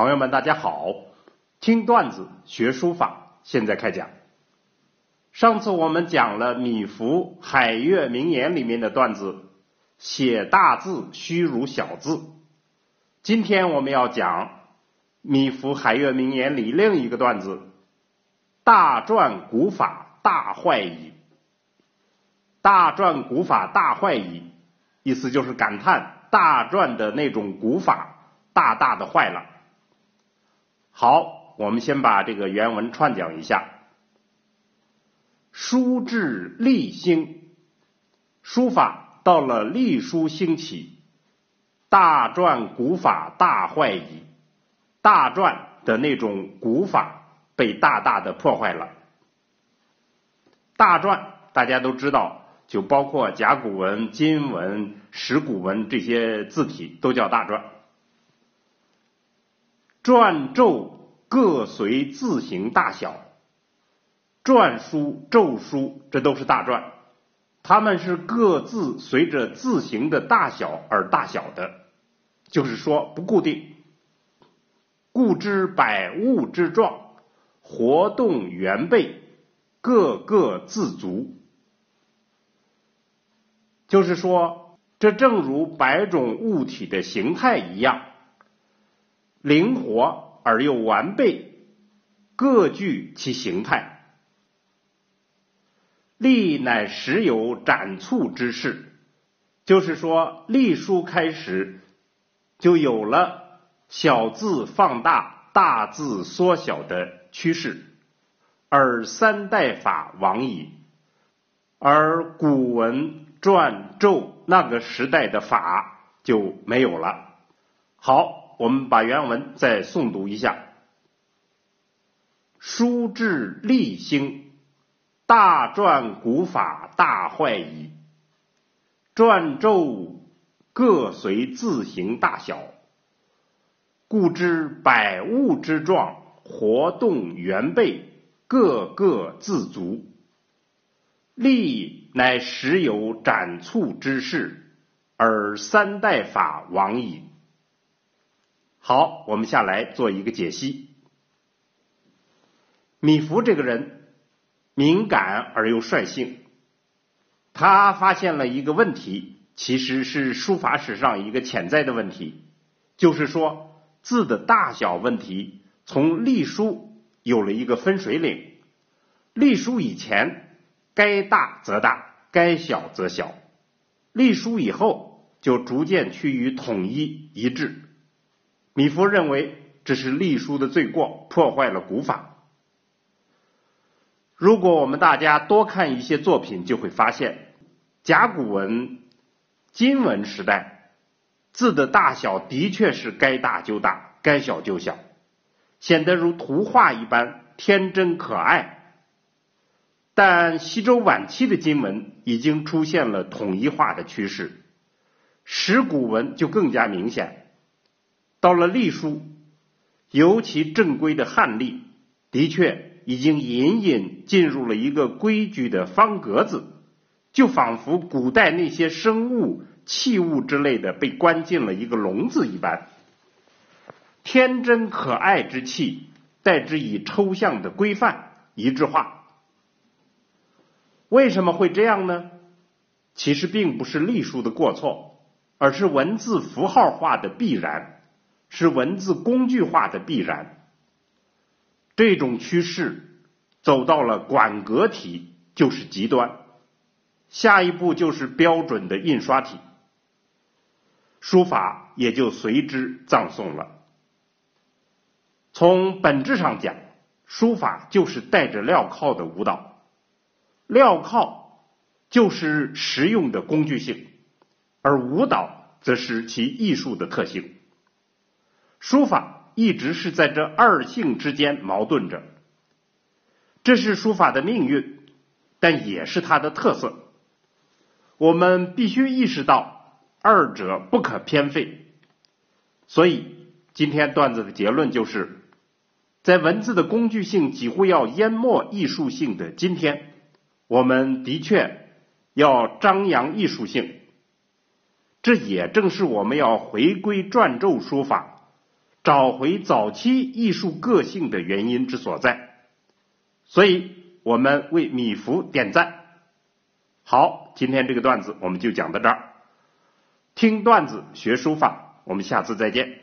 朋友们大家好，听段子学书法，现在开讲。上次我们讲了米芾海月名言里面的段子，写大字虚如小字。今天我们要讲米芾海月名言里另一个段子，大篆古法大坏矣。大篆古法大坏矣，意思就是感叹大篆的那种古法大大的坏了。好，我们先把这个原文串讲一下。书至隶兴，书法到了隶书兴起，大篆古法大坏矣。大篆的那种古法被大大的破坏了。大篆大家都知道，就包括甲骨文、金文、石鼓文这些字体都叫大篆。篆咒各随字形大小，篆书、咒书这都是大篆，它们是各自随着字形的大小而大小的，就是说不固定。故知百物之状，活动原备，各个自足。就是说，这正如百种物体的形态一样，灵活而又完备，各具其形态。隶乃时有展促之势，就是说隶书开始就有了小字放大、大字缩小的趋势，而三代法亡矣。而古文、篆、咒那个时代的法就没有了。好，我们把原文再诵读一下。书至隶兴，大篆古法大坏矣。篆咒各随字形大小，故知百物之状，活动原备，各个自足。隶乃时有展促之势，而三代法亡矣。好，我们下来做一个解析。米芾这个人敏感而又率性，他发现了一个问题，其实是书法史上一个潜在的问题，就是说字的大小问题从隶书有了一个分水岭。隶书以前该大则大，该小则小，隶书以后就逐渐趋于统一一致。米芾认为这是隶书的罪过，破坏了古法。如果我们大家多看一些作品，就会发现甲骨文、金文时代字的大小的确是该大就大，该小就小，显得如图画一般天真可爱。但西周晚期的金文已经出现了统一化的趋势，石鼓文就更加明显。到了隶书，尤其正规的汉隶，的确已经隐隐进入了一个规矩的方格子，就仿佛古代那些生物、器物之类的被关进了一个笼子一般。天真可爱之气代之以抽象的规范一致化。为什么会这样呢？其实并不是隶书的过错，而是文字符号化的必然，是文字工具化的必然。这种趋势走到了馆阁体就是极端，下一步就是标准的印刷体，书法也就随之葬送了。从本质上讲，书法就是带着镣铐的舞蹈，镣铐就是实用的工具性，而舞蹈则是其艺术的特性。书法一直是在这二性之间矛盾着，这是书法的命运，但也是它的特色。我们必须意识到二者不可偏废。所以今天段子的结论就是，在文字的工具性几乎要淹没艺术性的今天，我们的确要张扬艺术性。这也正是我们要回归篆咒书法， 找回早期艺术个性的原因之所在。所以我们为米芾点赞。好，今天这个段子我们就讲到这儿。听段子学书法，我们下次再见。